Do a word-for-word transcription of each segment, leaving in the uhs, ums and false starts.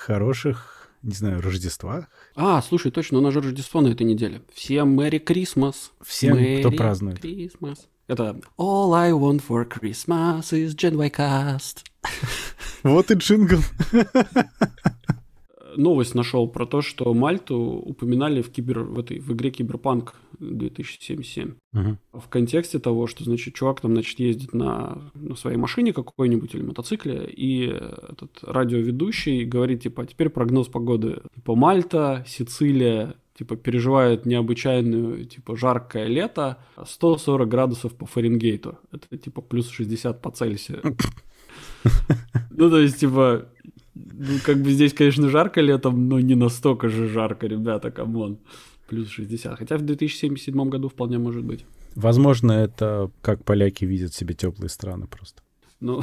хороших, не знаю, Рождества. А, слушай, точно, у нас же Рождество на этой неделе. Всем Merry Christmas. Всем, Merry кто празднует. Christmas. Это All I want for Christmas is GenYcast. Вот и джингл. Новость нашел про то, что Мальту упоминали в, кибер, в, этой, в игре Киберпанк две тысячи семьдесят семь. Угу. В контексте того, что, значит, чувак там, значит, ездит на, на своей машине какой-нибудь или мотоцикле, и этот радиоведущий говорит, типа, а теперь прогноз погоды. Типа, Мальта, Сицилия, типа, переживают необычайную, типа, жаркое лето, сто сорок градусов по Фаренгейту. Это, типа, плюс шестьдесят по Цельсию. Ну, то есть, типа... Ну, как бы здесь, конечно, жарко летом, но не настолько же жарко, ребята, камон. Плюс шестьдесят. Хотя в две тысячи семьдесят седьмом году вполне может быть. Возможно, это как поляки видят себе теплые страны просто. Ну,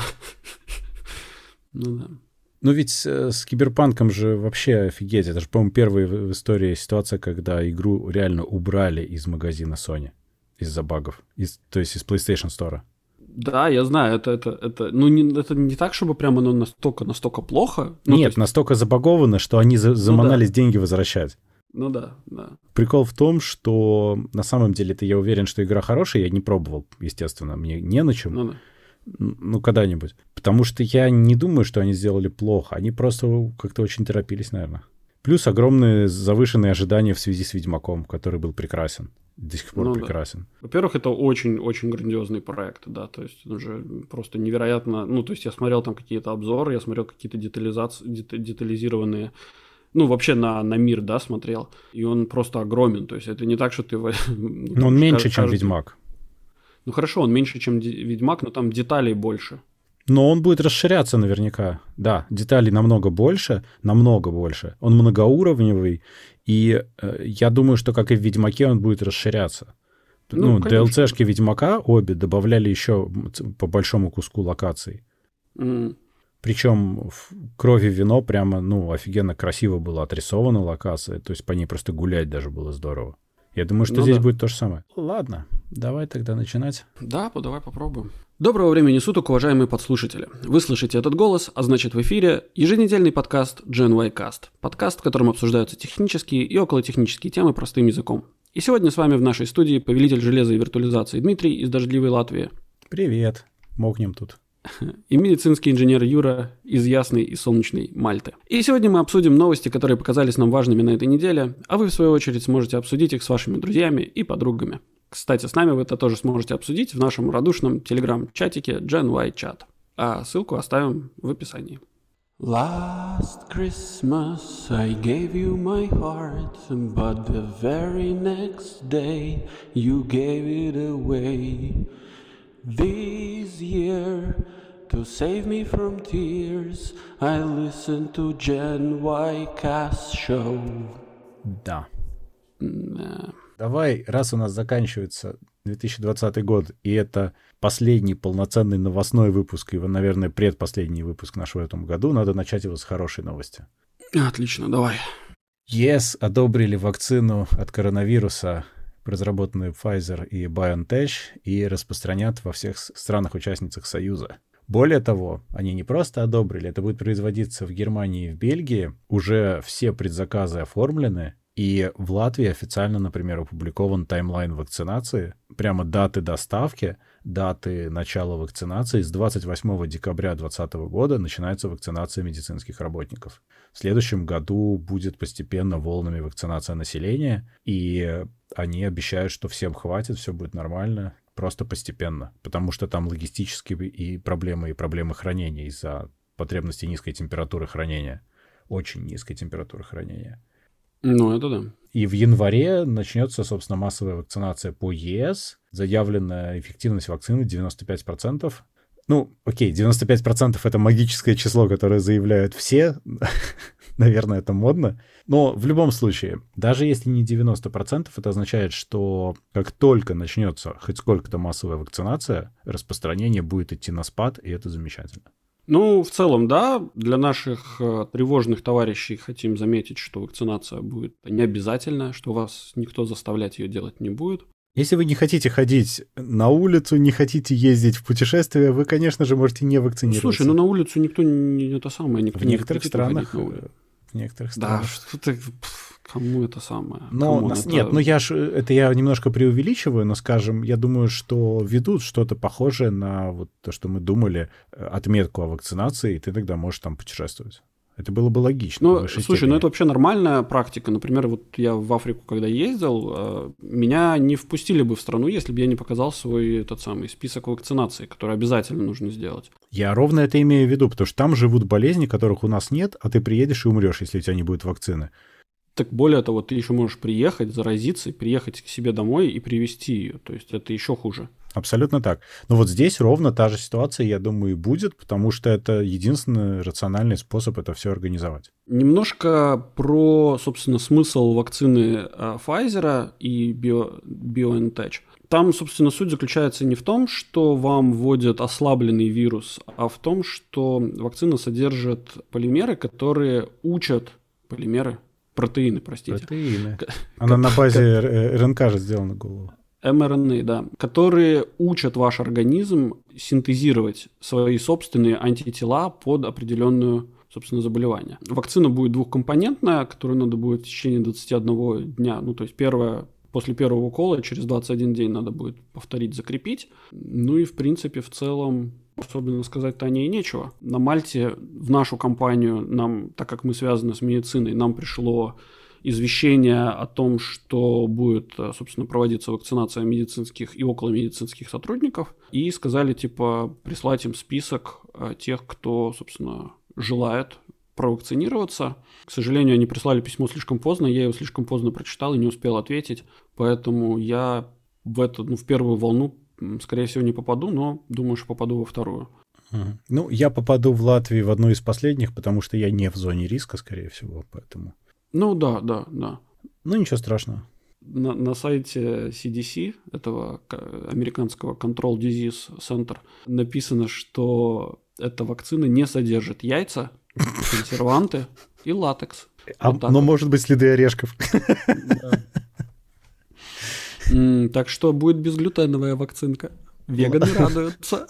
ну да. Ну ведь с, с Киберпанком же вообще офигеть. Это же, по-моему, первая в истории ситуация, когда игру реально убрали из магазина Sony из-за багов. Из, то есть из PlayStation Store. Да, я знаю, это, это, это, ну, не, это не так, чтобы прямо оно настолько, настолько плохо. Ну, Нет, есть... настолько забаговано, что они за, заманались ну, да. деньги возвращать. Ну да, да. Прикол в том, что на самом деле-то я уверен, что игра хорошая, я не пробовал, естественно, мне не на чем. Ну, да. Ну, когда-нибудь. Потому что я не думаю, что они сделали плохо. Они просто как-то очень торопились, наверное. Плюс огромные завышенные ожидания в связи с Ведьмаком, который был прекрасен. До сих пор ну, прекрасен. Да. Во-первых, это очень-очень грандиозный проект, да, то есть он же просто невероятно... Ну, то есть я смотрел там какие-то обзоры, я смотрел какие-то детализации, детализированные... Ну, вообще на, на мир, да, смотрел, и он просто огромен, то есть это не так, что ты... Но он меньше, чем Ведьмак. Ну, хорошо, он меньше, чем Ведьмак, но там деталей больше. Но он будет расширяться наверняка. Да, деталей намного больше, намного больше. Он многоуровневый, и э, я думаю, что, как и в Ведьмаке, он будет расширяться. Ну, ну ди эл си-шки Ведьмака обе добавляли еще по большому куску локаций. Mm. Причем в «Кровь и вино» прямо, ну, офигенно красиво было отрисована локация, то есть по ней просто гулять даже было здорово. Я думаю, что ну, здесь да. будет то же самое. Ладно, давай тогда начинать. Да, давай попробуем. Доброго времени суток, уважаемые подслушатели. Вы слышите этот голос, а значит в эфире еженедельный подкаст GenYcast. Подкаст, в котором обсуждаются технические и околотехнические темы простым языком. И сегодня с вами в нашей студии повелитель железа и виртуализации Дмитрий из дождливой Латвии. Привет, мокнем тут. И медицинский инженер Юра из ясной и солнечной Мальты. И сегодня мы обсудим новости, которые показались нам важными на этой неделе, а вы в свою очередь сможете обсудить их с вашими друзьями и подругами. Кстати, с нами вы это тоже сможете обсудить в нашем радушном телеграм-чатике GenYChat. А ссылку оставим в описании. Last Christmas I gave you my heart, but the very next day you gave it away. This year, to save me from tears, I listened to GenYcast show. Да. Да. Давай, раз у нас заканчивается две тысячи двадцатый год, и это последний полноценный новостной выпуск, и, наверное, предпоследний выпуск нашего в этом году, надо начать его с хорошей новости. Отлично, давай. ЕС одобрили вакцину от коронавируса, разработанную Pfizer и BioNTech, и распространят во всех странах-участницах Союза. Более того, они не просто одобрили, это будет производиться в Германии и в Бельгии, уже все предзаказы оформлены, и в Латвии официально, например, опубликован таймлайн вакцинации, прямо даты доставки, даты начала вакцинации. С двадцать восьмого декабря две тысячи двадцатого года начинается вакцинация медицинских работников. В следующем году будет постепенно волнами вакцинация населения, и они обещают, что всем хватит, все будет нормально, просто постепенно, потому что там логистические и проблемы, и проблемы хранения из-за потребности низкой температуры хранения, очень низкой температуры хранения. Ну, это да. И в январе начнется, собственно, массовая вакцинация по ЕС. Заявленная эффективность вакцины девяносто пять процентов. Ну, окей, девяносто пять процентов — это магическое число, которое заявляют все. Наверное, это модно. Но в любом случае, даже если не девяносто процентов, это означает, что как только начнется хоть сколько-то массовая вакцинация, распространение будет идти на спад, и это замечательно. Ну, в целом, да, для наших э, тревожных товарищей хотим заметить, что вакцинация будет не обязательная, что вас никто заставлять ее делать не будет. Если вы не хотите ходить на улицу, не хотите ездить в путешествия, вы, конечно же, можете не вакцинироваться. Слушай, ну на улицу никто не это самое, никто в не некоторых странах, в некоторых Да, странах. что ты... Кому это самое? Но, Кому нас, это... Нет, ну я ж, это я немножко преувеличиваю, но, скажем, я думаю, что ведут что-то похожее на вот то, что мы думали, отметку о вакцинации, и ты тогда можешь там путешествовать. Это было бы логично. Ну, слушай, степени. ну это вообще нормальная практика. Например, вот я в Африку, когда ездил, меня не впустили бы в страну, если бы я не показал свой тот самый список вакцинации, который обязательно нужно сделать. Я ровно это имею в виду, потому что там живут болезни, которых у нас нет, а ты приедешь и умрешь, если у тебя не будет вакцины. Так более того, ты еще можешь приехать, заразиться, приехать к себе домой и привезти ее. То есть это еще хуже. Абсолютно так. Но вот здесь ровно та же ситуация, я думаю, и будет, потому что это единственный рациональный способ это все организовать. Немножко про, собственно, смысл вакцины Pfizer и BioNTech. Там, собственно, суть заключается не в том, что вам вводят ослабленный вирус, а в том, что вакцина содержит полимеры, которые учат полимеры, протеины, простите. Протеины. Она на базе РНК же сделана, голову. эм эр эн эй, да, которые учат ваш организм синтезировать свои собственные антитела под определенную, собственно, заболевание. Вакцина будет двухкомпонентная, которую надо будет в течение двадцати одного дня, ну, то есть первая, после первого укола через двадцать один день надо будет повторить, закрепить. Ну и, в принципе, в целом, особенно сказать-то о ней нечего. На Мальте в нашу компанию, нам, так как мы связаны с медициной, нам пришло извещение о том, что будет, собственно, проводиться вакцинация медицинских и околомедицинских сотрудников, и сказали, типа, прислать им список тех, кто, собственно, желает провакцинироваться. К сожалению, они прислали письмо слишком поздно, я его слишком поздно прочитал и не успел ответить, поэтому я в эту, ну, в первую волну, скорее всего, не попаду, но думаю, что попаду во вторую. Ну, я попаду в Латвию в одну из последних, потому что я не в зоне риска, скорее всего, поэтому... Ну да, да, да. Ну ничего страшного. На, на сайте си ди си, этого американского Control Disease Center, написано, что эта вакцина не содержит яйца, консерванты и латекс. А, вот но вот. Может быть следы орешков. Да. Так что будет безглютеновая вакцинка. Веганы радуются.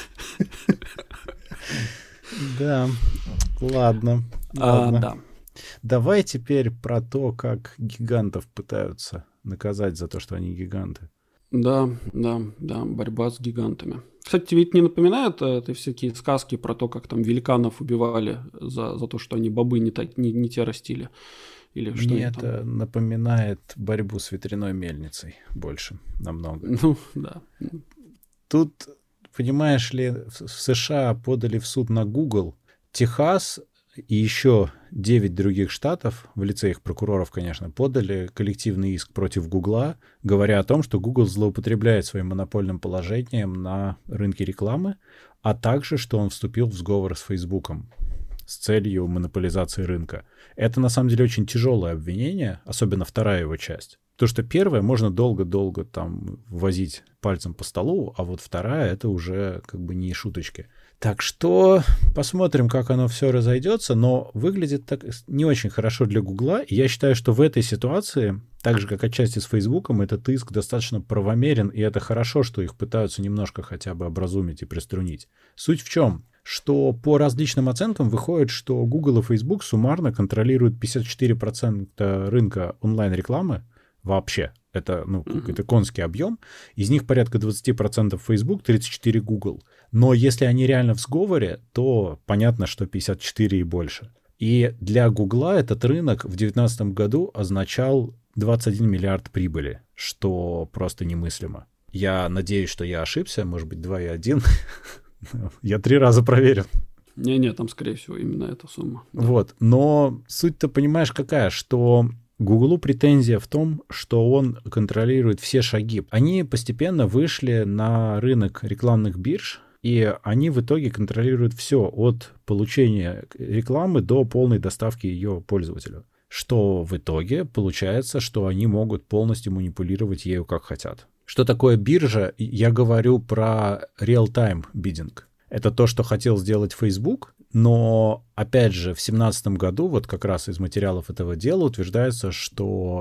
Да, ладно. А, да. Давай теперь про то, как гигантов пытаются наказать за то, что они гиганты. Да, да, да, борьба с гигантами. Кстати, тебе это не напоминает это всякие сказки про то, как там великанов убивали за, за то, что они бобы не, так, не, не те растили? Или что Мне это там? Напоминает борьбу с ветряной мельницей больше, намного. Ну, да. Тут, понимаешь ли, в США подали в суд на Google, Техас и еще девять других штатов, в лице их прокуроров, конечно, подали коллективный иск против Гугла, говоря о том, что Google злоупотребляет своим монопольным положением на рынке рекламы, а также, что он вступил в сговор с Фейсбуком с целью монополизации рынка. Это, на самом деле, очень тяжелое обвинение, особенно вторая его часть. То, что первое можно долго-долго там возить пальцем по столу, а вот вторая — это уже как бы не шуточки. Так что посмотрим, как оно все разойдется, но выглядит так не очень хорошо для Гугла. И я считаю, что в этой ситуации, так же, как отчасти с Фейсбуком, этот иск достаточно правомерен, и это хорошо, что их пытаются немножко хотя бы образумить и приструнить. Суть в чем? Что по различным оценкам выходит, что Google и Facebook суммарно контролируют пятьдесят четыре процента рынка онлайн-рекламы вообще. Это, ну, mm-hmm. это конский объем. Из них порядка двадцать процентов Facebook, тридцать четыре процента Google. Но если они реально в сговоре, то понятно, что пятьдесят четыре и больше. И для Гугла этот рынок в две тысячи девятнадцатом году означал двадцать один миллиард прибыли, что просто немыслимо. Я надеюсь, что я ошибся, может быть, два и один. Я три раза проверил. Не-не, там, скорее всего, именно эта сумма. Вот, но суть-то, понимаешь, какая, что Гуглу претензия в том, что он контролирует все шаги. Они постепенно вышли на рынок рекламных бирж, и они в итоге контролируют все от получения рекламы до полной доставки ее пользователю. Что в итоге получается, что они могут полностью манипулировать ею как хотят. Что такое биржа? Я говорю про real-time bidding. Это то, что хотел сделать Facebook, но, опять же, в две тысячи семнадцатом году, вот как раз из материалов этого дела утверждается, что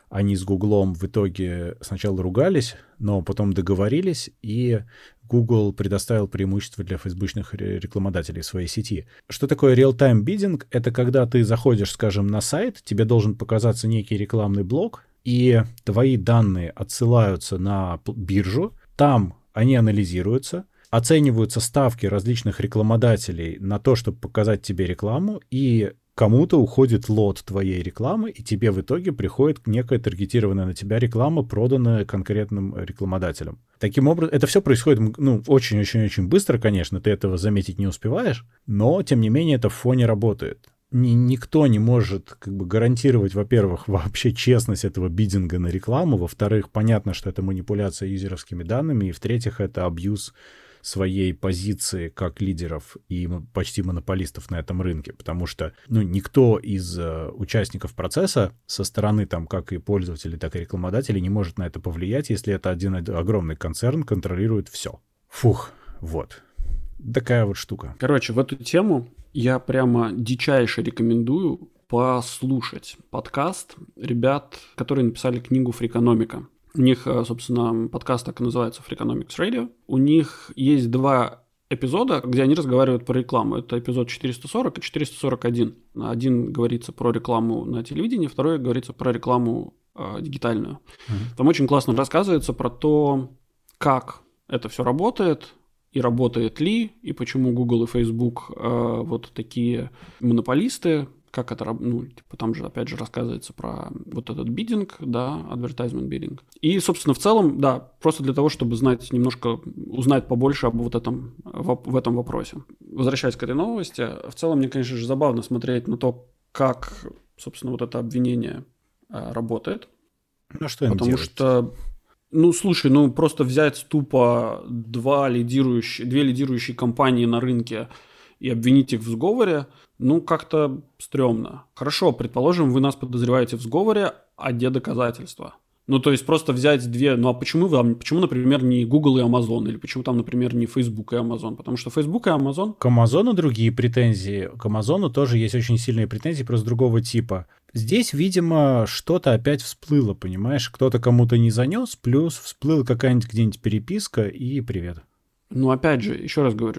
они с Гуглом в итоге сначала ругались, но потом договорились, и Google предоставил преимущество для фейсбучных рекламодателей в своей сети. Что такое real-time bidding? Это когда ты заходишь, скажем, на сайт, тебе должен показаться некий рекламный блок, и твои данные отсылаются на биржу, там они анализируются, оцениваются ставки различных рекламодателей на то, чтобы показать тебе рекламу, и кому-то уходит лот твоей рекламы, и тебе в итоге приходит некая таргетированная на тебя реклама, проданная конкретным рекламодателем. Таким образом, это все происходит, ну, очень-очень-очень быстро, конечно, ты этого заметить не успеваешь, но, тем не менее, это в фоне работает. Ни, никто не может как бы гарантировать, во-первых, вообще честность этого биддинга на рекламу, во-вторых, понятно, что это манипуляция юзеровскими данными, и в-третьих, это абьюз своей позиции как лидеров и почти монополистов на этом рынке, потому что, ну, никто из э, участников процесса со стороны, там, как и пользователей, так и рекламодателей, не может на это повлиять, если это один огромный концерн контролирует все. Фух, вот. Такая вот штука. Короче, в эту тему я прямо дичайше рекомендую послушать подкаст ребят, которые написали книгу «Фрикономика». У них, собственно, подкаст так и называется «Freakonomics Radio». У них есть два эпизода, где они разговаривают про рекламу. Это эпизод четыреста сорок и четыреста сорок один. Один говорится про рекламу на телевидении, второй говорится про рекламу э, дигитальную. Mm-hmm. Там очень классно рассказывается про то, как это все работает, и работает ли, и почему Google и Facebook э, вот такие монополисты, как это, ну, типа, там же, опять же, рассказывается про вот этот биддинг, да, advertisement bidding. И, собственно, в целом, да, просто для того, чтобы знать немножко, узнать побольше об вот этом, в, в этом вопросе. Возвращаясь к этой новости, в целом, мне, конечно же, забавно смотреть на то, как, собственно, вот это обвинение а, работает. Ну, что им Потому делать? что, ну, слушай, ну, просто взять тупо два лидирующие, две лидирующие компании на рынке и обвинить их в сговоре, ну, как-то стрёмно. Хорошо, предположим, вы нас подозреваете в сговоре, а где доказательства? Ну, то есть просто взять две... Ну, а почему, вы, почему, например, не Google и Amazon? Или почему там, например, не Facebook и Amazon? Потому что Facebook и Amazon... К Amazon другие претензии. К Amazon тоже есть очень сильные претензии, просто другого типа. Здесь, видимо, что-то опять всплыло, понимаешь? Кто-то кому-то не занес, плюс всплыла какая-нибудь где-нибудь переписка, и привет. Ну, опять же, еще раз говорю,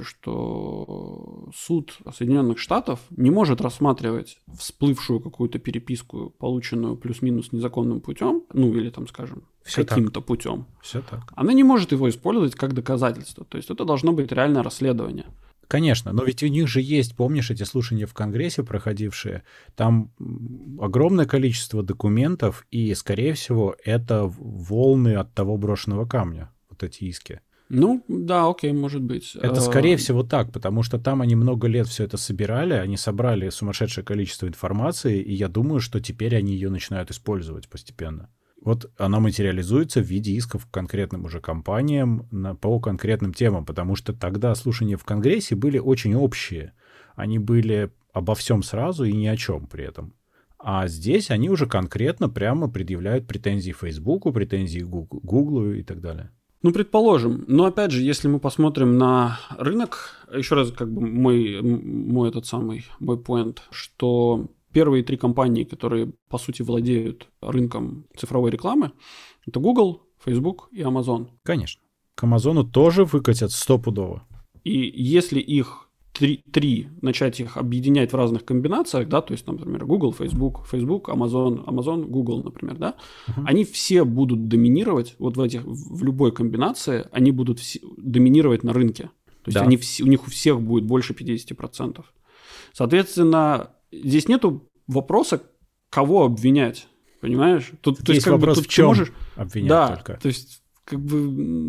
что суд Соединенных Штатов не может рассматривать всплывшую какую-то переписку, полученную плюс-минус незаконным путем, ну, или там, скажем, Всё каким-то путем. Все так. Она не может его использовать как доказательство. То есть это должно быть реальное расследование. Конечно, но ведь у них же есть, помнишь, эти слушания в Конгрессе проходившие, там огромное количество документов, и, скорее всего, это волны от того брошенного камня, вот эти иски. Ну, да, окей, может быть. Это, скорее всего, так, потому что там они много лет все это собирали, они собрали сумасшедшее количество информации, и я думаю, что теперь они ее начинают использовать постепенно. Вот она материализуется в виде исков к конкретным уже компаниям на, по конкретным темам, потому что тогда слушания в Конгрессе были очень общие. Они были обо всем сразу и ни о чем при этом. А здесь они уже конкретно прямо предъявляют претензии Фейсбуку, претензии Гуглу и так далее. Ну, предположим. Но, опять же, если мы посмотрим на рынок, еще раз, как бы мой, мой этот самый, мой поинт, что первые три компании, которые, по сути, владеют рынком цифровой рекламы, это Google, Facebook и Amazon. Конечно. К Амазону тоже выкатят стопудово. И если их три, три начать их объединять в разных комбинациях, да, то есть, например, Google, Facebook, Facebook, Amazon, Amazon, Google, например, да, uh-huh. они все будут доминировать, вот в этих, в любой комбинации, они будут все, доминировать на рынке. То есть да. они, у них у всех будет больше пятьдесят процентов. Соответственно, здесь нету вопроса, кого обвинять, понимаешь? Тут, то есть как вопрос, бы, тут в чем можешь... обвинять да, только. То есть как бы,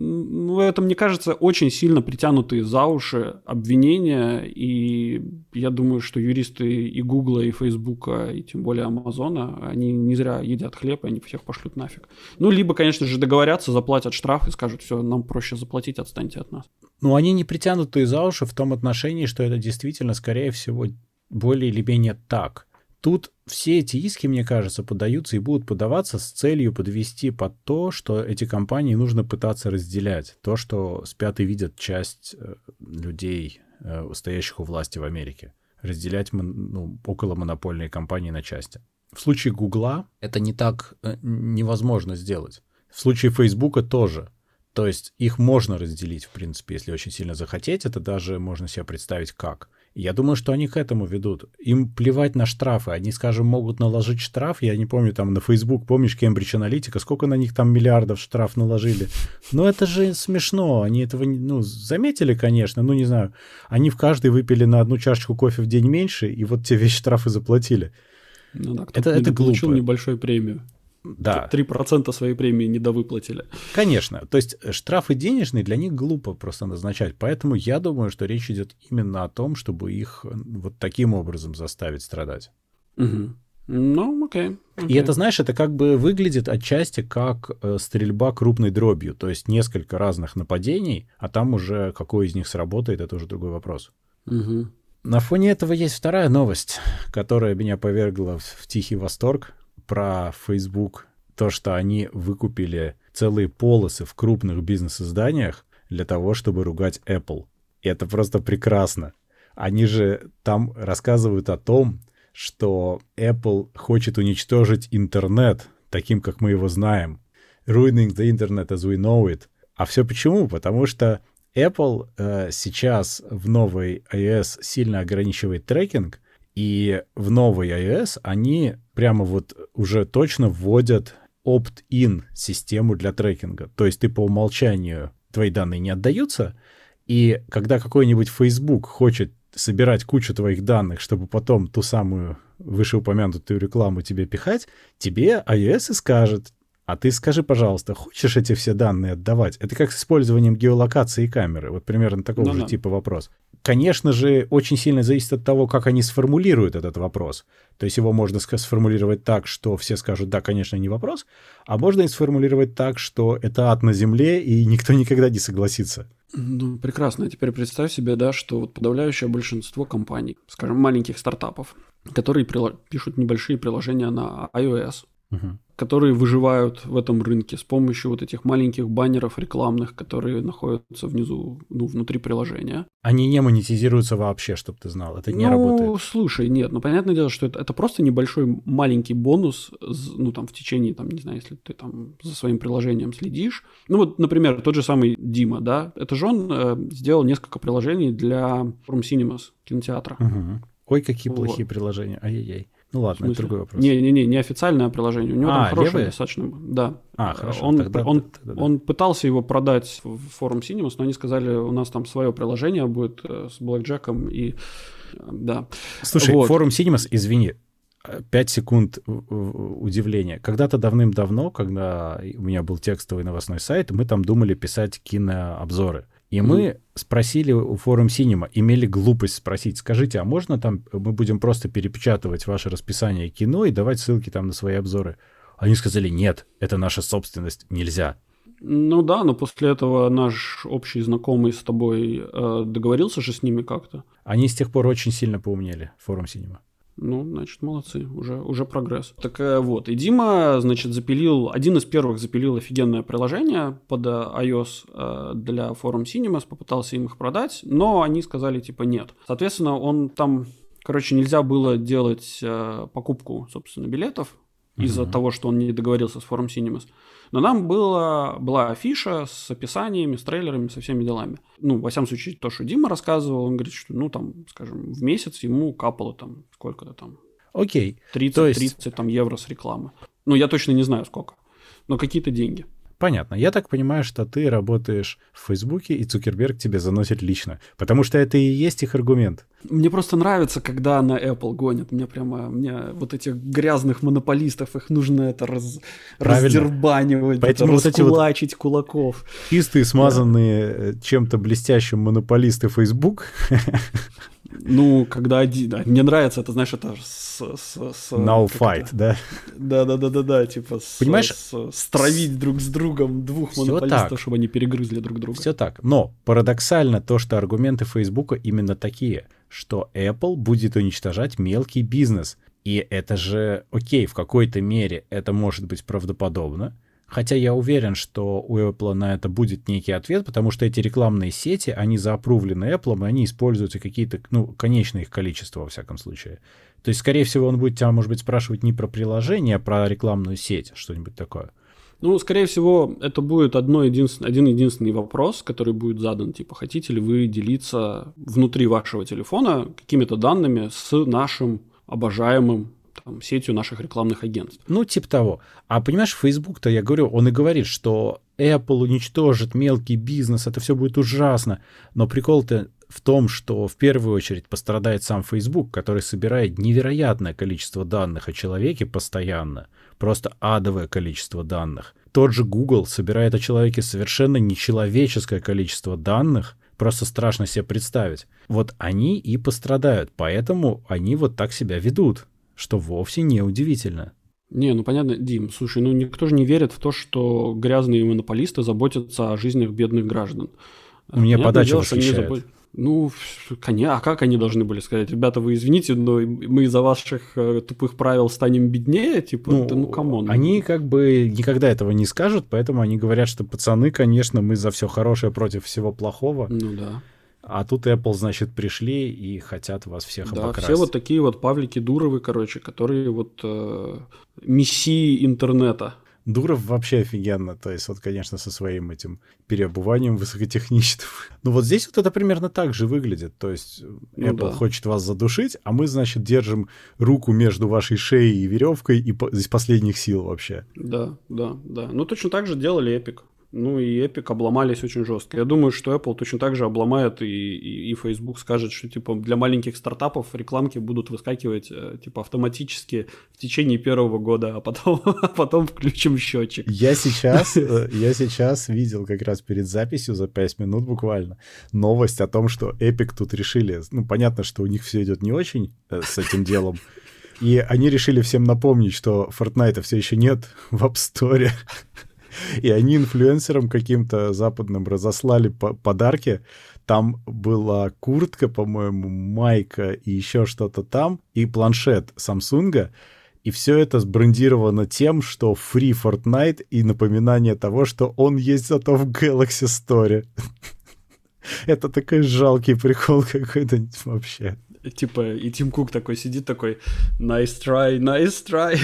ну, это, мне кажется, очень сильно притянутые за уши обвинения, и я думаю, что юристы и Гугла, и Фейсбука, и тем более Амазона, они не зря едят хлеб, и они всех пошлют нафиг. Ну, либо, конечно же, договорятся, заплатят штраф и скажут, все, нам проще заплатить, отстаньте от нас. Ну, они не притянутые за уши в том отношении, что это действительно, скорее всего, более или менее так. Тут все эти иски, мне кажется, подаются и будут подаваться с целью подвести под то, что эти компании нужно пытаться разделять. То, что спят и видят часть людей, стоящих у власти в Америке. Разделять ну, околомонопольные компании на части. В случае Гугла это не так э, невозможно сделать. В случае Фейсбука тоже. То есть их можно разделить, в принципе, если очень сильно захотеть. Это даже можно себе представить как. И я думаю, что они к этому ведут. Им плевать на штрафы. Они, скажем, могут наложить штраф. Я не помню, там на Facebook, помнишь, Cambridge Analytica, сколько на них там миллиардов штраф наложили. Но это же смешно. Они этого, ну, заметили, конечно. Ну, не знаю. Они в каждой выпили на одну чашечку кофе в день меньше, и вот те весь штрафы заплатили. Ну да, кто-то это, это получил небольшую премию. Да. три процента своей премии недовыплатили. Конечно. То есть штрафы денежные для них глупо просто назначать. Поэтому я думаю, что речь идет именно о том, чтобы их вот таким образом заставить страдать. Угу. Ну, окей. окей. И это, знаешь, это как бы выглядит отчасти как стрельба крупной дробью. То есть несколько разных нападений, а там уже какой из них сработает, это уже другой вопрос. Угу. На фоне этого есть вторая новость, которая меня повергла в тихий восторг. Про Facebook, то, что они выкупили целые полосы в крупных бизнес-изданиях для того, чтобы ругать Apple. И это просто прекрасно. Они же там рассказывают о том, что Apple хочет уничтожить интернет, таким, как мы его знаем. Ruining the internet as we know it. А все почему? Потому что Apple э, сейчас в новой iOS сильно ограничивает трекинг, и в новой iOS они прямо вот уже точно вводят opt-in систему для трекинга. То есть ты по умолчанию, твои данные не отдаются, и когда какой-нибудь Facebook хочет собирать кучу твоих данных, чтобы потом ту самую вышеупомянутую рекламу тебе пихать, тебе iOS и скажет: а ты скажи, пожалуйста, хочешь эти все данные отдавать? Это как с использованием геолокации и камеры. Вот примерно такого же типа вопрос. Конечно же, очень сильно зависит от того, как они сформулируют этот вопрос. То есть его можно сформулировать так, что все скажут: да, конечно, не вопрос, а можно и сформулировать так, что это ад на земле, и никто никогда не согласится. Ну, прекрасно. А теперь представь себе, да, что вот подавляющее большинство компаний, скажем, маленьких стартапов, которые прило- пишут небольшие приложения на iOS, угу. которые выживают в этом рынке с помощью вот этих маленьких баннеров рекламных, которые находятся внизу, ну, внутри приложения. Они не монетизируются вообще, чтобы ты знал. Это не ну, работает. Ну, слушай, нет, ну, понятное дело, что это, это просто небольшой маленький бонус, ну, там, в течение, там, не знаю, если ты там за своим приложением следишь. Ну, вот, например, тот же самый Дима, да, это же он э, сделал несколько приложений для Forum Cinemas, кинотеатра. Угу. Ой, какие вот. Плохие приложения, ай-яй-яй. Ну ладно, это другой вопрос. Не-не-не, не официальное приложение. У него а, там хорошее левые? достаточно. Да. А, хорошо. Он, тогда, он, тогда, да. он пытался его продать в Forum Cinemas, но они сказали, у нас там свое приложение будет с блэкджеком и... Да. Слушай, вот. Forum Cinemas, извини, пять секунд удивления. Когда-то давным-давно, когда у меня был текстовый новостной сайт, мы там думали писать кинообзоры. И mm-hmm. мы спросили у Forum Cinema, имели глупость спросить: скажите, а можно там мы будем просто перепечатывать ваше расписание кино и давать ссылки там на свои обзоры? Они сказали: нет, это наша собственность, нельзя. Ну да, но после этого наш общий знакомый с тобой э, договорился же с ними как-то. Они с тех пор очень сильно поумнели, Forum Cinema. Ну, значит, молодцы, уже, уже прогресс. Так вот, и Дима, значит, запилил, один из первых запилил офигенное приложение под iOS для Forum Cinemas, попытался им их продать, но они сказали, типа, нет. Соответственно, он там, короче, нельзя было делать покупку, собственно, билетов mm-hmm. из-за того, что он не договорился с Forum Cinemas. Но нам было, была афиша с описаниями, с трейлерами, со всеми делами. Ну, во всяком случае, то, что Дима рассказывал, он говорит, что, ну, там, скажем, в месяц ему капало там сколько-то там. Окей. тридцать тридцать там евро с рекламы. Ну, я точно не знаю сколько, но какие-то деньги. Понятно. Я так понимаю, что ты работаешь в Фейсбуке, и Цукерберг тебе заносит лично. Потому что это и есть их аргумент. Мне просто нравится, когда на Apple гонят. Мне прямо, мне вот этих грязных монополистов, их нужно это раз, раздербанивать, это вот раскулачить вот кулаков. Чистые, смазанные да. чем-то блестящим монополисты Facebook. Ну, когда один... Да, мне нравится, это, знаешь, это... С, с, с, Now fight, это? да? Да-да-да-да, типа с, понимаешь? С, стравить друг с другом двух Всё монополистов, так. чтобы они перегрызли друг друга. Все так. Но парадоксально то, что аргументы Фейсбука именно такие, что Apple будет уничтожать мелкий бизнес. И это же, окей, в какой-то мере это может быть правдоподобно. Хотя я уверен, что у Apple на это будет некий ответ, потому что эти рекламные сети, они заапрувлены Apple, и они используются какие-то, ну, конечное их количество, во всяком случае. То есть, скорее всего, он будет тебя, может быть, спрашивать не про приложение, а про рекламную сеть, что-нибудь такое. Ну, скорее всего, это будет одно единственное, один единственный вопрос, который будет задан, типа, хотите ли вы делиться внутри вашего телефона какими-то данными с нашим обожаемым там, сетью наших рекламных агентств. Ну, типа того. А понимаешь, Facebook-то, я говорю, он и говорит, что Apple уничтожит мелкий бизнес, это все будет ужасно. Но прикол-то в том, что в первую очередь пострадает сам Facebook, который собирает невероятное количество данных о человеке постоянно. Просто адовое количество данных. Тот же Google собирает о человеке совершенно нечеловеческое количество данных, просто страшно себе представить. Вот они и пострадают, поэтому они вот так себя ведут, что вовсе не удивительно. Не, ну понятно, Дим, слушай, ну никто же не верит в то, что грязные монополисты заботятся о жизнях бедных граждан. Мне понятное подача дело, восхищает. Забот... Ну, коня, а как они должны были сказать? Ребята, вы извините, но мы из-за ваших э, тупых правил станем беднее? Типа, ну, да, ну, камон. Они как бы никогда этого не скажут, поэтому они говорят, что пацаны, конечно, мы за все хорошее против всего плохого. Ну да. А тут Apple, значит, пришли и хотят вас всех да, обокрасть. Да, все вот такие вот Павлики Дуровы, короче, которые вот э, мессии интернета. Дуров вообще офигенно, то есть вот, конечно, со своим этим переобуванием высокотехничным. Ну вот здесь вот это примерно так же выглядит, то есть ну, Apple да. хочет вас задушить, а мы, значит, держим руку между вашей шеей и веревкой и по- из последних сил вообще. Да, да, да. Ну точно так же делали Epic. Ну и Epic обломались очень жестко. Я думаю, что Apple точно так же обломает, и, и, и Facebook скажет, что типа для маленьких стартапов рекламки будут выскакивать типа автоматически в течение первого года, а потом, а потом включим счетчик. Я сейчас, я сейчас видел как раз перед записью за пять минут буквально новость о том, что Epic тут решили, ну понятно, что у них все идет не очень с этим делом, и они решили всем напомнить, что Fortnite все еще нет в App Store. И они инфлюенсерам каким-то западным разослали по- подарки. Там была куртка, по-моему, майка и еще что-то там, и планшет Samsung. И все это сбрендировано тем, что free Fortnite и напоминание того, что он есть зато в Galaxy Store. Это такой жалкий прикол какой-то вообще. Типа, и Тим Кук такой сидит, такой nice try, nice try.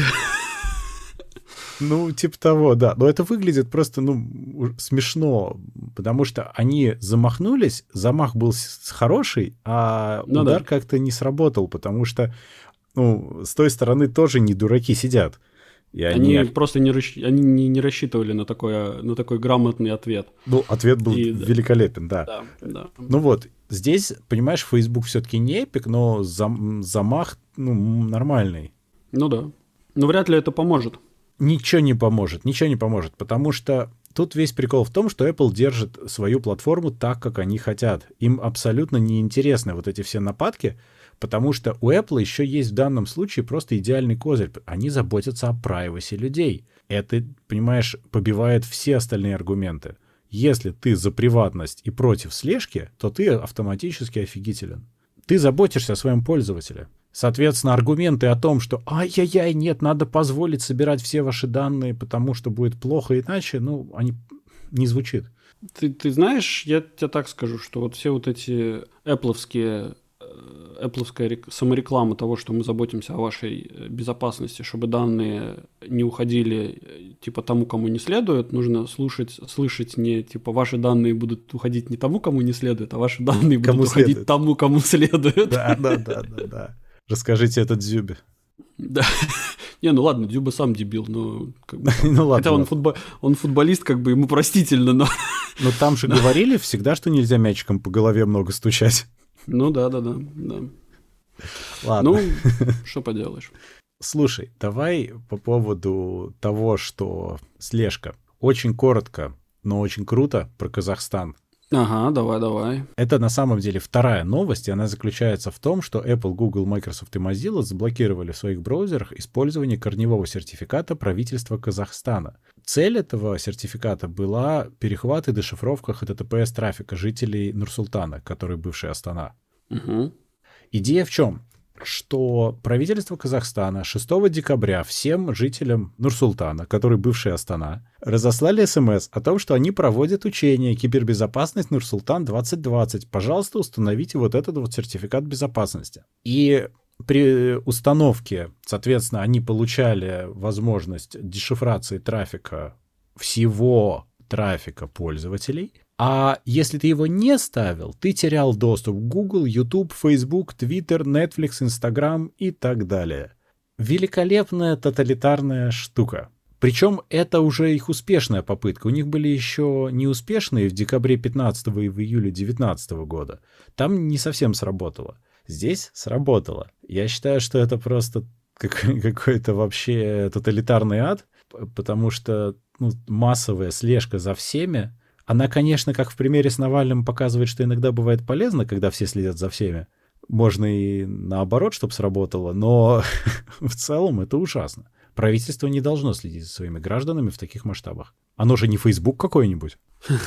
Ну, типа того, да. Но это выглядит просто, ну, смешно, потому что они замахнулись, замах был хороший, а ну, удар да. как-то не сработал, потому что, ну, с той стороны тоже не дураки сидят. И они... они просто не, расщ... они не, не рассчитывали на такой, на такой грамотный ответ. Ну, ответ был И, великолепен, да. Да, да. Ну вот, здесь, понимаешь, Facebook все-таки не эпик, но зам... замах, ну, нормальный. Ну да. Но вряд ли это поможет. Ничего не поможет, ничего не поможет, потому что тут весь прикол в том, что Apple держит свою платформу так, как они хотят. Им абсолютно неинтересны вот эти все нападки, потому что у Apple еще есть в данном случае просто идеальный козырь. Они заботятся о privacy людей. Это, понимаешь, побивает все остальные аргументы. Если ты за приватность и против слежки, то ты автоматически офигителен. Ты заботишься о своем пользователе. Соответственно, аргументы о том, что ай-яй-яй, нет, надо позволить собирать все ваши данные, потому что будет плохо иначе, ну, они не звучит. Ты, ты знаешь, я тебе так скажу, что вот все вот эти Apple'овские, Apple'овская самореклама того, что мы заботимся о вашей безопасности, чтобы данные не уходили типа тому, кому не следует, нужно слушать, слышать не типа ваши данные будут уходить не тому, кому не следует, а ваши данные будут кому уходить следует. тому, кому следует. Да, да, да, да, да. Расскажите это Дзюбе. Да. Не, ну ладно, Дзюба сам дебил, но... Как бы, ну ладно. Хотя он, футбо... он футболист, как бы ему простительно, но... Но там же говорили всегда, что нельзя мячиком по голове много стучать. Ну да, да, да. да. Ладно. Ну, что поделаешь. Слушай, давай по поводу того, что слежка. Очень коротко, но очень круто про Казахстан. Ага, давай, давай. Это на самом деле вторая новость, и она заключается в том, что Apple, Google, Microsoft и Mozilla заблокировали в своих браузерах использование корневого сертификата правительства Казахстана. Цель этого сертификата была перехват и дешифровка эйч ти ти пи эс-трафика жителей Нур-Султана, который бывший Астана. Угу. Идея в чем? Что правительство Казахстана шестого декабря всем жителям Нур-Султана, который бывший Астана, разослали смс о том, что они проводят учение «Кибербезопасность Нур-Султан двадцать двадцать». Пожалуйста, установите вот этот вот сертификат безопасности. И при установке, соответственно, они получали возможность дешифрации трафика, всего трафика пользователей. А если ты его не ставил, ты терял доступ к Google, YouTube, Facebook, Twitter, Netflix, Instagram и так далее. Великолепная тоталитарная штука. Причем это уже их успешная попытка. У них были еще неуспешные в декабре пятнадцатого и в июле девятнадцатого года. Там не совсем сработало. Здесь сработало. Я считаю, что это просто какой-то вообще тоталитарный ад, потому что ну, массовая слежка за всеми, она, конечно, как в примере с Навальным показывает, что иногда бывает полезно, когда все следят за всеми. Можно и наоборот, чтобы сработало, но в целом это ужасно. Правительство не должно следить за своими гражданами в таких масштабах. Оно же не Facebook какой-нибудь.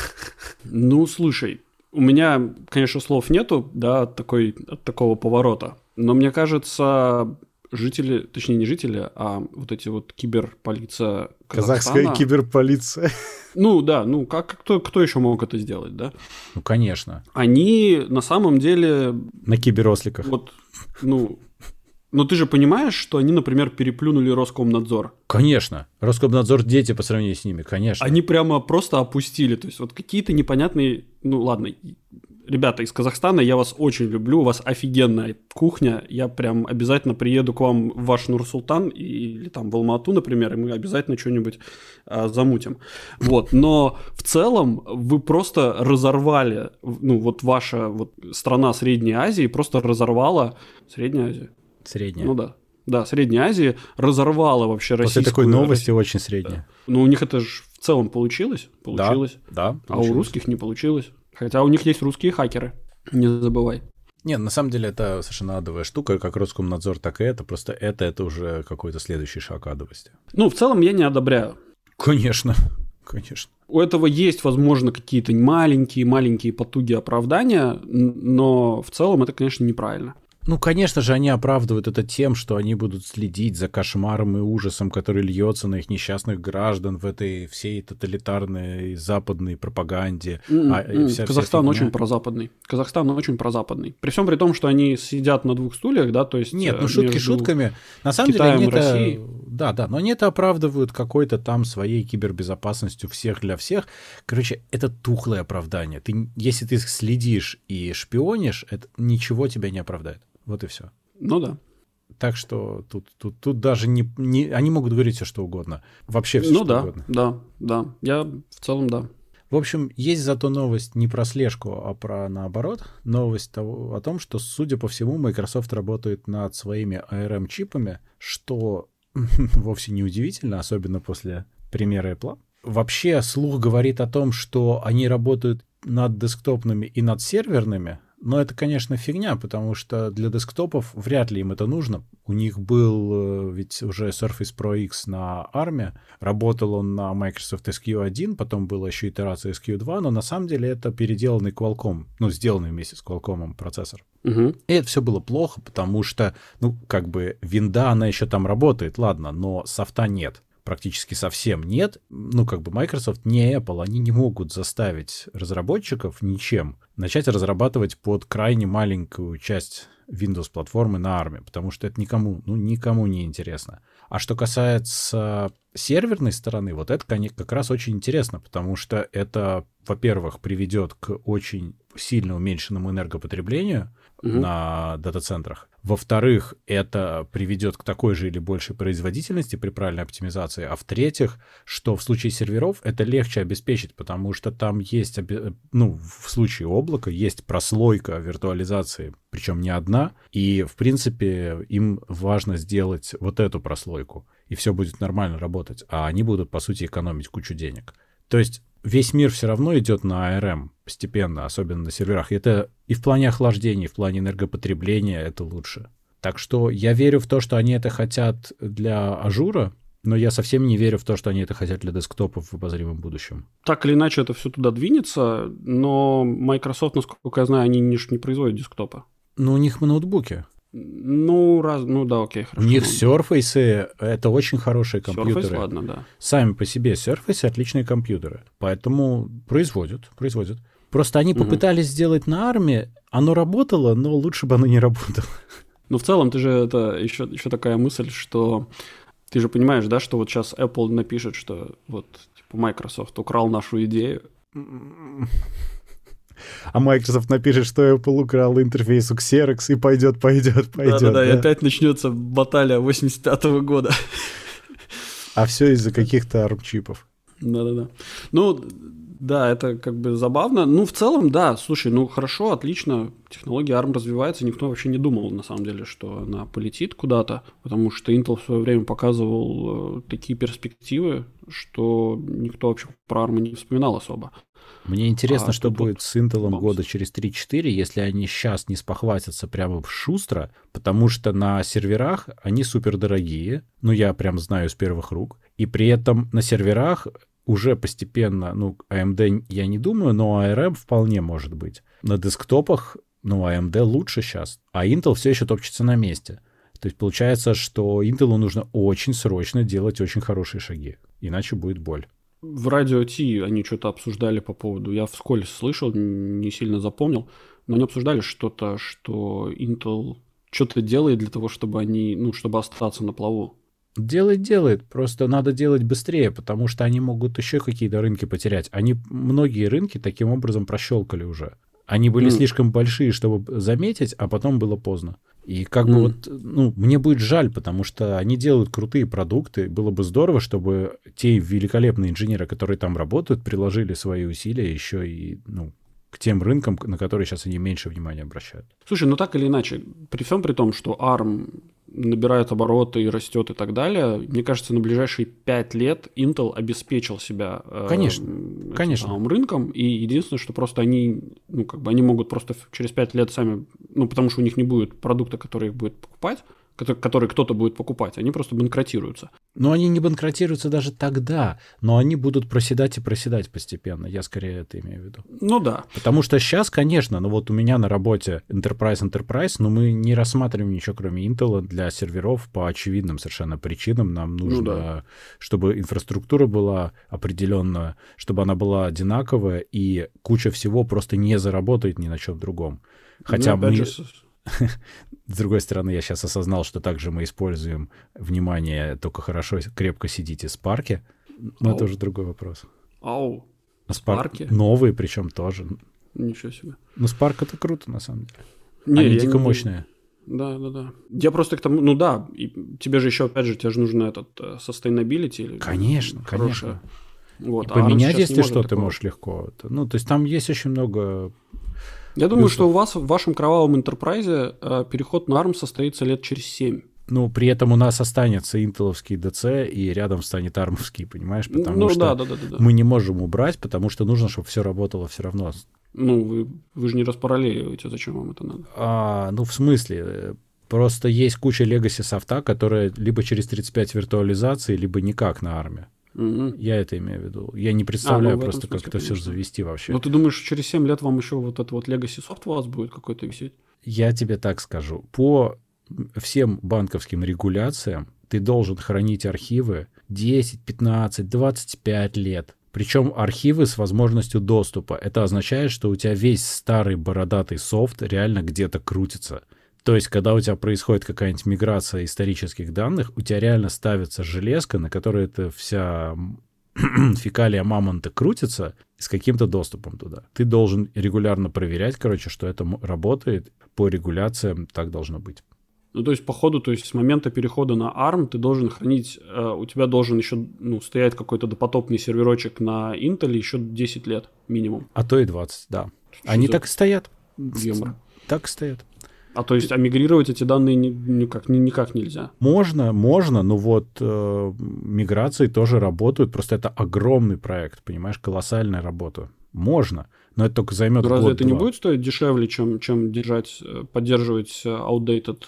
Ну, слушай, у меня, конечно, слов нету, да, от, такой, от такого поворота. Но мне кажется, жители, точнее не жители, а вот эти вот киберполиция Казахстана... Казахская киберполиция. Ну да, ну как, кто, кто еще мог это сделать, да? Ну, конечно. Они на самом деле... На киберосликах. Вот, ну... Но ты же понимаешь, что они, например, переплюнули Роскомнадзор? Конечно. Роскомнадзор дети по сравнению с ними, конечно. Они прямо просто опустили. То есть вот какие-то непонятные... Ну ладно, ребята из Казахстана, я вас очень люблю, у вас офигенная кухня. Я прям обязательно приеду к вам в ваш Нур-Султан или там в Алма-Ату, например, и мы обязательно что-нибудь а, замутим. Вот. Но в целом вы просто разорвали... Ну вот ваша вот страна Средней Азии просто разорвала... Средняя Азия? Средняя. Ну да. Да, Средняя Азия разорвала вообще российскую... После такой новости очень средняя. Да. Ну, у них это же в целом получилось. Получилось. Да, да, а у русских не получилось. Хотя у них есть русские хакеры. Не забывай. Нет, на самом деле это совершенно адовая штука, как Роскомнадзор, так и это. Просто это, это уже какой-то следующий шаг адовости. Ну, в целом я не одобряю. Конечно, конечно. У этого есть, возможно, какие-то маленькие-маленькие потуги оправдания, но в целом это, конечно, неправильно. Ну, конечно же, они оправдывают это тем, что они будут следить за кошмаром и ужасом, который льется на их несчастных граждан в этой всей тоталитарной западной пропаганде. Mm-hmm. А, вся, Казахстан вся очень прозападный. Казахстан очень прозападный. При всем при том, что они сидят на двух стульях, да, то есть... Нет, ну шутки шутками. На самом Китаем деле они Россией... это... Да, да, но они это оправдывают какой-то там своей кибербезопасностью всех для всех. Короче, это тухлое оправдание. Ты, если ты следишь и шпионишь, это ничего тебя не оправдает. Вот и все. Ну да. Так что тут, тут, тут даже не, не... Они могут говорить все, что угодно. Вообще все, ну, что да, угодно. да, да. Я в целом да. В общем, есть зато новость не про слежку, а про наоборот. Новость того, о том, что, судя по всему, Microsoft работает над своими эй ар эм-чипами, что вовсе не удивительно, особенно после примера Apple. Вообще, слух говорит о том, что они работают над десктопными и над серверными. Но это, конечно, фигня, потому что для десктопов вряд ли им это нужно. У них был ведь уже Surface Pro X на арм, работал он на Microsoft эс кью один, потом была еще итерация эс кью два, но на самом деле это переделанный Qualcomm, ну, сделанный вместе с Qualcomm процессор. Угу. И это все было плохо, потому что, ну, как бы винда, она еще там работает, ладно, но софта нет. Практически совсем нет. Ну, как бы Microsoft, не Apple, они не могут заставить разработчиков ничем начать разрабатывать под крайне маленькую часть Windows-платформы на арм, потому что это никому, ну, никому не интересно. А что касается серверной стороны, вот это как раз очень интересно, потому что это, во-первых, приведет к очень сильно уменьшенному энергопотреблению угу. на дата-центрах. Во-вторых, это приведет к такой же или большей производительности при правильной оптимизации. А в-третьих, что в случае серверов это легче обеспечить, потому что там есть, ну, в случае облака есть прослойка виртуализации, причем не одна. И, в принципе, им важно сделать вот эту прослойку, и все будет нормально работать. А они будут, по сути, экономить кучу денег. То есть весь мир все равно идет на эй ар эм постепенно, особенно на серверах. И это и в плане охлаждения, и в плане энергопотребления это лучше. Так что я верю в то, что они это хотят для ажура, но я совсем не верю в то, что они это хотят для десктопов в обозримом будущем. Так или иначе это все туда двинется, но Microsoft, насколько я знаю, они не, не производят десктопа. Ну, у них ноутбуки. Ну, раз, ну да, окей, хорошо. У них Surface — это очень хорошие компьютеры. Surface, ладно, да. Сами по себе Surface — отличные компьютеры. Поэтому производят, производят. Просто они угу. попытались сделать на арме, оно работало, но лучше бы оно не работало. Но в целом ты же это еще, еще такая мысль, что ты же понимаешь, да, что вот сейчас Apple напишет, что вот типа Microsoft украл нашу идею. А Microsoft напишет, что Apple украл интерфейс у Xerox, и пойдет, пойдет, пойдет. Да-да-да, да? и опять начнется баталия восемьдесят пятого года. А все из-за каких-то арм-чипов. Да-да-да. Ну, да, это как бы забавно. Ну, в целом, да, слушай, ну хорошо, отлично, технология арм развивается, никто вообще не думал, на самом деле, что она полетит куда-то, потому что Intel в свое время показывал э, такие перспективы, что никто вообще про арм не вспоминал особо. Мне интересно, А что тут будет вот с Intel бамс. года через три-четыре, если они сейчас не спохватятся прямо шустро, потому что на серверах они супердорогие, ну я прям знаю с первых рук, и при этом на серверах уже постепенно, ну, эй эм ди я не думаю, но эй ар эм вполне может быть. На десктопах, ну, эй эм ди лучше сейчас, а Intel все еще топчется на месте. То есть получается, что Intel нужно очень срочно делать очень хорошие шаги, иначе будет боль. В радио Ти они что-то обсуждали по поводу, я вскользь слышал, не сильно запомнил, но они обсуждали что-то, что Intel что-то делает для того, чтобы они, ну, чтобы остаться на плаву. Делает, делает, просто надо делать быстрее, потому что они могут еще какие-то рынки потерять. Они многие рынки таким образом прощелкали уже. Они были mm. слишком большие, чтобы заметить, а потом было поздно. И как mm. бы вот, ну, мне будет жаль, потому что они делают крутые продукты. Было бы здорово, чтобы те великолепные инженеры, которые там работают, приложили свои усилия еще и, ну, к тем рынкам, на которые сейчас они меньше внимания обращают. Слушай, ну так или иначе, при всем при том, что арм набирает обороты и растет и так далее, мне кажется, на ближайшие пять лет Intel обеспечил себя конечно, э, конечно. самым рынком, и единственное, что просто они, ну, как бы они могут просто через пять лет сами, ну, потому что у них не будет продукта, который их будет покупать, который, который кто-то будет покупать, они просто банкротируются. Но они не банкротируются даже тогда, но они будут проседать и проседать постепенно, я скорее это имею в виду. Ну да. Потому что сейчас, конечно, ну вот у меня на работе Enterprise Enterprise, но мы не рассматриваем ничего, кроме Intel для серверов по очевидным совершенно причинам. Нам нужно, ну да. чтобы инфраструктура была определенная, чтобы она была одинаковая, и куча всего просто не заработает ни на чем другом. Хотя ну, мы... Же... С другой стороны, я сейчас осознал, что также мы используем внимание, только хорошо, крепко сидите Спарки. Но Ау. Это уже другой вопрос. Ау, Спарки? Новые причем тоже. Ничего себе. Ну, Спарк это круто, на самом деле. Не, Они дико не... мощные. Да, да, да. Я просто к тому, ну да, и тебе же еще, опять же, тебе же нужно этот uh, sustainability. Или, конечно, хорошее. конечно. Вот. И поменять, а если что, такого. Ты можешь легко. Ну, то есть там есть очень много... Я думаю, что у вас в вашем кровавом энтерпрайзе э, переход на арм состоится лет через семь. Ну, при этом у нас останется интеловский ди си, и рядом станет армовский, понимаешь? Потому ну, что да, да, да, да, да. мы не можем убрать, потому что нужно, чтобы все работало все равно. Ну, вы, вы же не распараллеливаете, зачем вам это надо? А, ну, в смысле, просто есть куча легаси софта, которая либо через тридцать пять виртуализации, либо никак на арме. Угу. Я это имею в виду. Я не представляю а, ну, просто, смысле, как это все завести вообще. Ну, ты думаешь, через семь лет вам еще вот это вот legacy софт у вас будет какой-то висеть? Я тебе так скажу. По всем банковским регуляциям ты должен хранить архивы десять, пятнадцать, двадцать пять лет. Причем архивы с возможностью доступа. Это означает, что у тебя весь старый бородатый софт реально где-то крутится. То есть, когда у тебя происходит какая-нибудь миграция исторических данных, у тебя реально ставится железка, на которой эта вся фекалия мамонта крутится, с каким-то доступом туда. Ты должен регулярно проверять, короче, что это работает. По регуляциям так должно быть. Ну, то есть, по ходу, то есть, с момента перехода на арм ты должен хранить, э, у тебя должен еще, ну, стоять какой-то допотопный серверочек на Intel еще десять лет минимум. А то и двадцать, да. Что Они так и стоят. Юмор. Так и стоят. А то есть, а мигрировать эти данные никак, никак нельзя? Можно, можно, но вот э, миграции тоже работают, просто это огромный проект, понимаешь, колоссальная работа. Можно, но это только займет год-два. Разве это не будет стоить дешевле, чем, чем держать, поддерживать outdated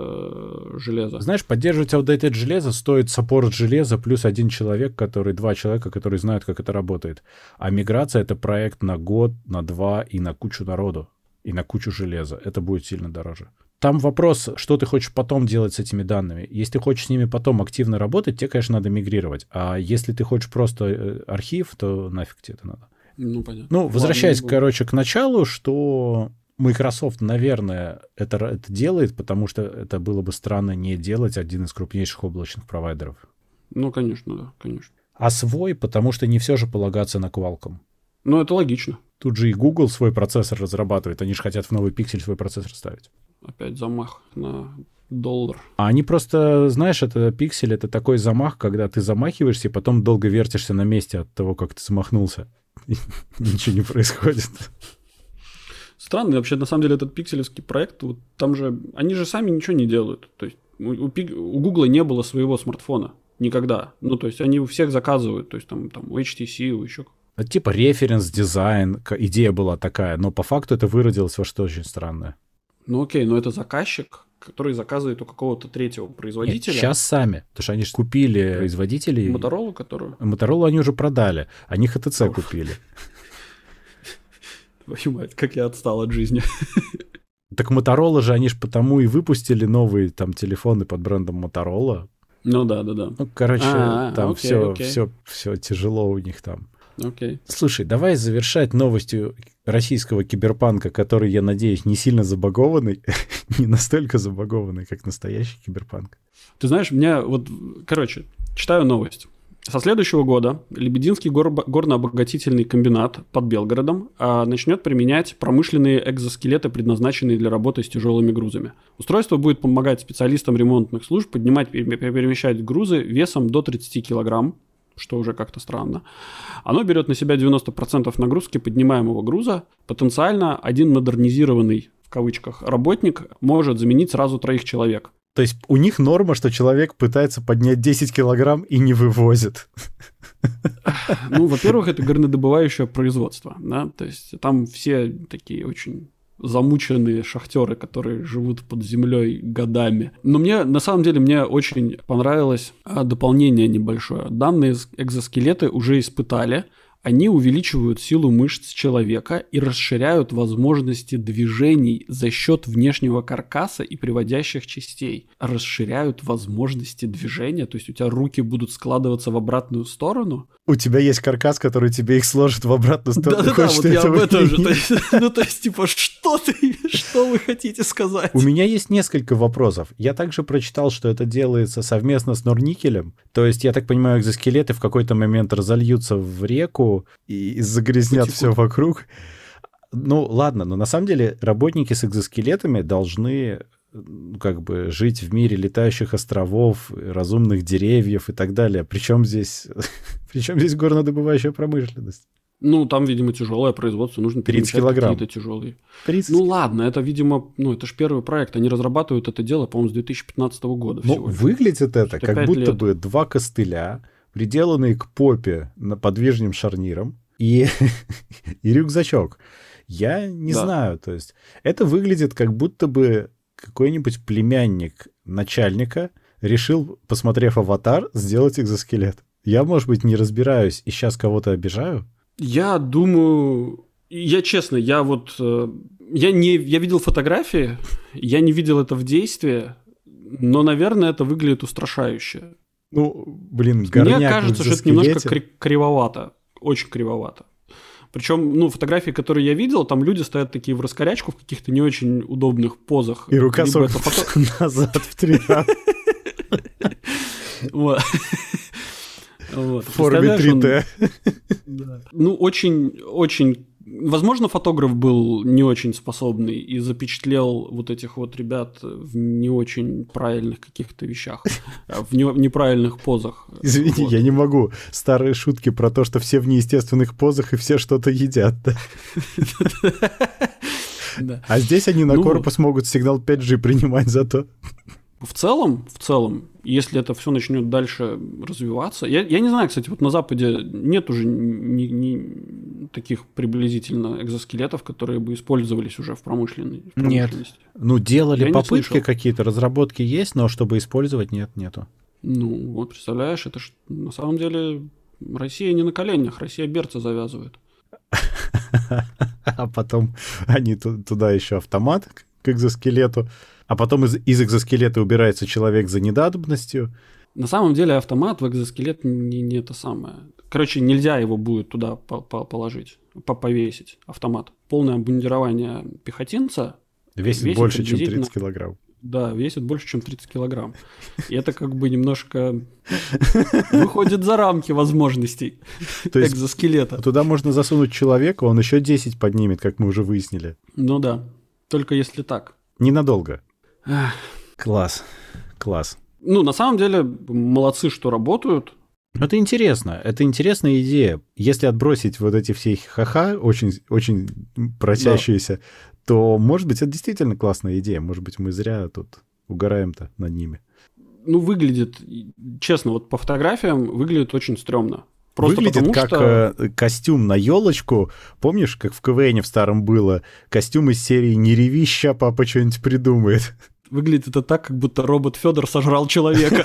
э, железо? Знаешь, поддерживать outdated железо стоит саппорт железа плюс один человек, который, два человека, которые знают, как это работает. А миграция — это проект на год, на два и на кучу народу. И на кучу железа. Это будет сильно дороже. Там вопрос, что ты хочешь потом делать с этими данными. Если ты хочешь с ними потом активно работать, тебе, конечно, надо мигрировать. А если ты хочешь просто архив, то нафиг тебе это надо. Ну, понятно. Ну, возвращаясь, Ладно, короче, к началу, что Microsoft, наверное, это, это делает, потому что это было бы странно не делать один из крупнейших облачных провайдеров. Ну, конечно, да, конечно. А свой, потому что не все же полагаться на Qualcomm. Ну, это логично. Тут же и Google свой процессор разрабатывает. Они же хотят в новый пиксель свой процессор ставить. Опять замах на доллар. А они просто, знаешь, это пиксель, это такой замах, когда ты замахиваешься и потом долго вертишься на месте от того, как ты замахнулся. И ничего не происходит. Странный вообще, на самом деле, этот пикселевский проект. Вот там же, они же сами ничего не делают. То есть у, у Google не было своего смартфона никогда. Ну, то есть они у всех заказывают. То есть там, там у эйч ти си, у еще... Это типа референс-дизайн, идея была такая, но по факту это выродилось во что очень странное. Ну окей, но это заказчик, который заказывает у какого-то третьего производителя. Нет, сейчас сами, потому что они же купили производителей. Моторолу, которую? Моторолу они уже продали, они эйч ти си купили. Твою мать, как я отстал от жизни. Так Motorola же, они же потому и выпустили новые там телефоны под брендом Motorola. Ну да, да, да. Ну, короче, А-а-а, там окей, все, окей. все, все тяжело у них там. Окей. Слушай, давай завершать новостью российского киберпанка, который, я надеюсь, не сильно забагованный, не настолько забагованный, как настоящий киберпанк. Ты знаешь, меня вот, короче, читаю новость. Со следующего года Лебединский гор- горно-обогатительный комбинат под Белгородом а, начнет применять промышленные экзоскелеты, предназначенные для работы с тяжелыми грузами. Устройство будет помогать специалистам ремонтных служб поднимать и перемещать грузы весом до тридцать килограмм, что уже как-то странно. Оно берет на себя девяносто процентов нагрузки поднимаемого груза. Потенциально один модернизированный, в кавычках, работник может заменить сразу троих человек. То есть у них норма, что человек пытается поднять десять килограмм и не вывозит. Ну, во-первых, это горнодобывающее производство, да, то есть там все такие очень замученные шахтеры, которые живут под землей годами. Но мне, на самом деле, мне очень понравилось дополнение небольшое. Данные экзоскелеты уже испытали. Они увеличивают силу мышц человека и расширяют возможности движений за счет внешнего каркаса и приводящих частей. Расширяют возможности движения, то есть у тебя руки будут складываться в обратную сторону. У тебя есть каркас, который тебе их сложит в обратную сторону. Да-да-да, вот я об этом же. Ну, то есть, типа, что ты, что вы хотите сказать? У меня есть несколько вопросов. Я также прочитал, что это делается совместно с Норникелем. То есть, я так понимаю, экзоскелеты в какой-то момент разольются в реку и загрязнят Потихоньку. все вокруг. Ну, ладно, но на самом деле работники с экзоскелетами должны как бы жить в мире летающих островов, разумных деревьев и так далее. Причем здесь, причем здесь горнодобывающая промышленность? Ну, там, видимо, тяжелое производство, нужно тридцать перемещать килограмм. какие-то тяжелые. тридцать. Ну ладно, это, видимо, ну это же первый проект. Они разрабатывают это дело, по-моему, с две тысячи пятнадцатого года. Ну, всего лишь. выглядит это Что-то как пять будто лет. бы два костыля, приделанные к попе на подвижным шарниром, и, и рюкзачок. Я не Да. знаю, то есть это выглядит как будто бы какой-нибудь племянник начальника решил, посмотрев «Аватар», сделать экзоскелет. Я, может быть, не разбираюсь и сейчас кого-то обижаю. Я думаю, я честно, я вот, э, я не, я видел фотографии, я не видел это в действии, но, наверное, это выглядит устрашающе. Ну, блин, горняк Мне в кажется, что это немножко экзоскелете. кри- кривовато, очень кривовато. Причем, ну, фотографии, которые я видел, там люди стоят такие в раскорячку в каких-то не очень удобных позах. И рука Либо это согнута фото- назад в три раза Вот. Вот. в форме Представляешь, три он- дэ. Ну, очень, очень... Возможно, фотограф был не очень способный и запечатлел вот этих вот ребят в не очень правильных каких-то вещах, в не- неправильных позах. Извини, Вот. я не могу. Старые шутки про то, что все в неестественных позах и все что-то едят. да. Да. А здесь они на Ну, корпус могут сигнал пять джи принимать зато. В целом, в целом, если это все начнет дальше развиваться, я, я не знаю, кстати, вот на Западе нет уже ни, ни таких приблизительно экзоскелетов, которые бы использовались уже в промышленной в Нет. промышленности. Ну, делали Я не попытки слышал. какие-то, разработки есть, но чтобы использовать, нет, нету. Ну, вот представляешь, это ж на самом деле Россия не на коленях, Россия берцы завязывает. А потом они ту- туда еще автомат к- к экзоскелету, а потом из, из экзоскелета убирается человек за недадобностью. На самом деле автомат в экзоскелет не, не это самое. Короче, нельзя его будет туда по- по- положить. повесить автомат. Полное обмундирование пехотинца весит, весит больше, чем тридцать килограмм. Да, весит больше, чем тридцать килограмм. И это как бы немножко выходит за рамки возможностей экзоскелета. Туда можно засунуть человека, он еще десять поднимет, как мы уже выяснили. Ну да, только если так. Ненадолго. Класс, класс. Ну, на самом деле, молодцы, что работают. Это интересно, это интересная идея. Если отбросить вот эти все ха-ха, очень, очень просящиеся, да. то, может быть, это действительно классная идея. Может быть, мы зря тут угораем-то над ними. Ну, выглядит, честно, вот по фотографиям выглядит очень стрёмно. Просто выглядит потому, как что... костюм на елочку. Помнишь, как в КВНе в старом было? Костюм из серии «Не реви, ща папа что-нибудь придумает». Выглядит это так, как будто робот Федор сожрал человека.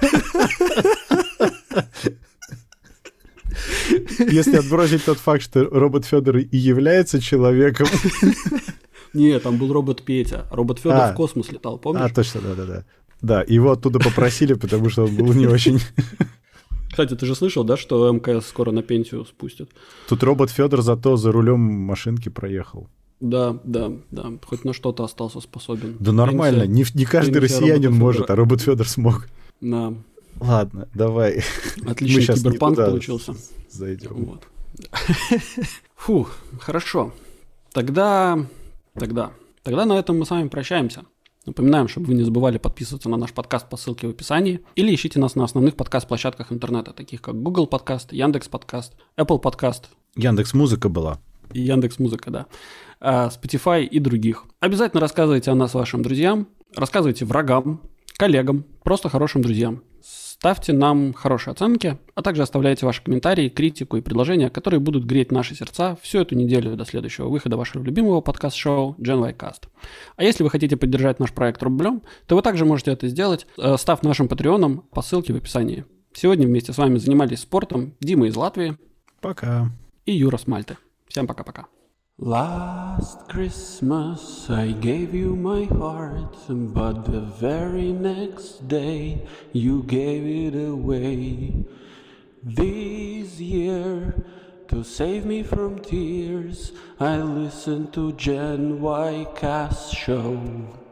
Если отбросить тот факт, что робот Федор и является человеком. Нет, там был робот Петя. Робот Федор а, в космос летал, помнишь? А, точно, да-да-да. Да, его оттуда попросили, потому что он был не очень... Кстати, ты же слышал, да, что МКС скоро на пенсию спустят? Тут робот Федор зато за рулем машинки проехал. Да, да, да. Хоть на что-то остался способен. Да нормально, не, не каждый россиянин может, а робот Федор смог. Да. Ладно, давай. Отличный киберпанк получился. Зайдем. Вот. Фу, хорошо. Тогда, тогда, тогда на этом мы с вами прощаемся. Напоминаем, чтобы вы не забывали подписываться на наш подкаст по ссылке в описании или ищите нас на основных подкаст-площадках интернета, таких как Google Подкаст, Яндекс.Подкаст, Apple Подкаст. Яндекс.Музыка была. И Яндекс.Музыка, да. Spotify и других. Обязательно рассказывайте о нас вашим друзьям, рассказывайте врагам, коллегам, просто хорошим друзьям. Ставьте нам хорошие оценки, а также оставляйте ваши комментарии, критику и предложения, которые будут греть наши сердца всю эту неделю до следующего выхода вашего любимого подкаст-шоу Gen Y Cast. А если вы хотите поддержать наш проект рублем, то вы также можете это сделать, став нашим патреоном по ссылке в описании. Сегодня вместе с вами занимались спортом Дима из Латвии. Пока. И Юра с Мальты. Всем пока-пока. Last Christmas I gave you my heart, but the very next day you gave it away. This year, to save me from tears, I listened to Gen Y Cast Show.